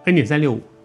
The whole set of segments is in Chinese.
恩典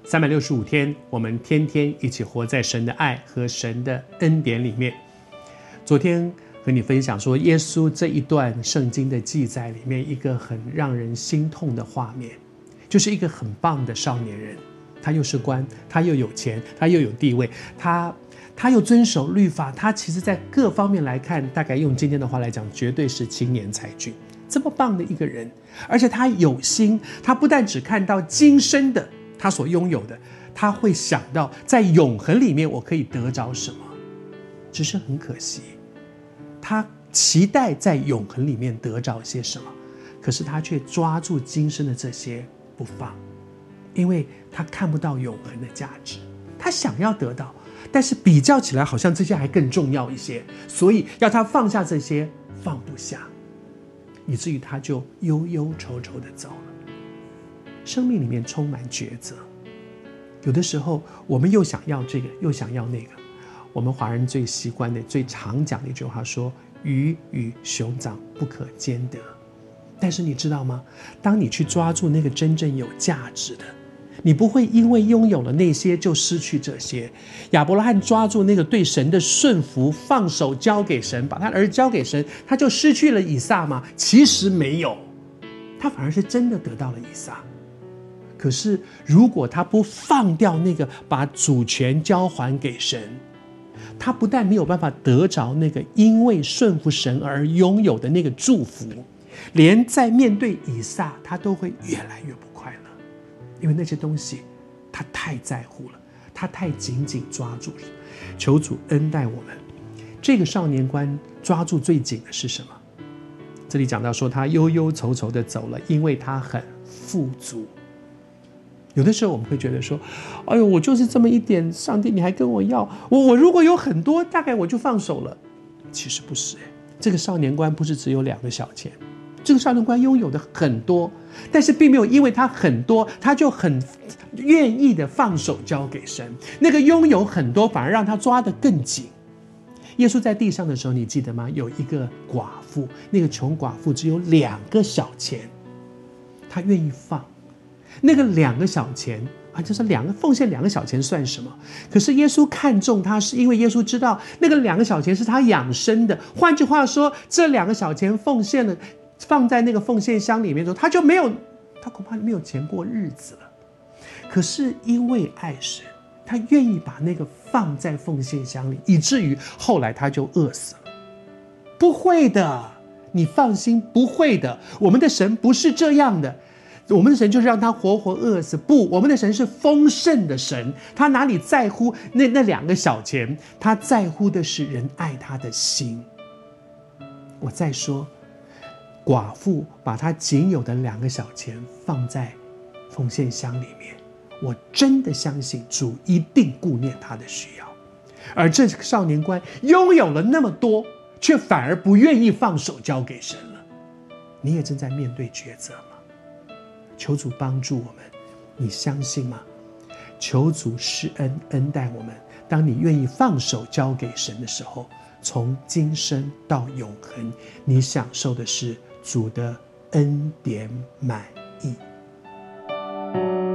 365天，我们天天一起活在神的爱和神的恩典里面。昨天和你分享说，耶稣这一段圣经的记载里面，一个很让人心痛的画面，就是一个很棒的少年人，他又是官，他又有钱，他又有地位，他又遵守律法，他其实在各方面来看，大概用今天的话来讲，绝对是青年才俊。这么棒的一个人，而且他有心，他不但只看到今生的他所拥有的，他会想到在永恒里面我可以得着什么。只是很可惜，他期待在永恒里面得着些什么，可是他却抓住今生的这些不放，因为他看不到永恒的价值。他想要得到，但是比较起来好像这些还更重要一些，所以要他放下这些，放不下，以至于他就忧忧愁愁的走了。生命里面充满抉择，有的时候我们又想要这个，又想要那个。我们华人最习惯的、最常讲的一句话说：“鱼与熊掌不可兼得。”但是你知道吗？当你去抓住那个真正有价值的，你不会因为拥有了那些就失去这些。亚伯拉罕抓住那个对神的顺服，放手交给神，把他儿子交给神，他就失去了以撒吗？其实没有，他反而是真的得到了以撒。可是如果他不放掉那个把主权交还给神，他不但没有办法得着那个因为顺服神而拥有的那个祝福，连在面对以撒他都会越来越不快乐，因为那些东西他太在乎了，他太紧紧抓住了。求主恩待我们。这个少年官抓住最紧的是什么？这里讲到说他忧忧愁愁的走了，因为他很富足。有的时候我们会觉得说，哎呦，我就是这么一点，上帝你还跟我要，我如果有很多，大概我就放手了。其实不是，这个少年官不是只有2个小钱，这个少年官拥有的很多，但是并没有因为他很多，他就很愿意的放手交给神。那个拥有很多反而让他抓得更紧。耶稣在地上的时候，你记得吗？有一个寡妇，那个穷寡妇只有2个小钱，他愿意放。那个2个小钱啊，就是奉献2个小钱算什么？可是耶稣看重他，是因为耶稣知道那个2个小钱是他养生的。换句话说，这2个小钱奉献了，放在那个奉献箱里面的时候，他恐怕没有钱过日子了。可是因为爱神，他愿意把那个放在奉献箱里，以至于后来他就饿死了。不会的，你放心，不会的。我们的神不是这样的。我们的神就是让他活活饿死，不，我们的神是丰盛的神，他哪里在乎那2个小钱？他在乎的是人爱他的心。我再说，寡妇把她仅有的2个小钱放在奉献箱里面，我真的相信主一定顾念他的需要。而这个少年官拥有了那么多，却反而不愿意放手交给神了。你也正在面对抉择吗？求主帮助我们，你相信吗？求主施恩恩待我们。当你愿意放手交给神的时候，从今生到永恒，你享受的是主的恩典满溢。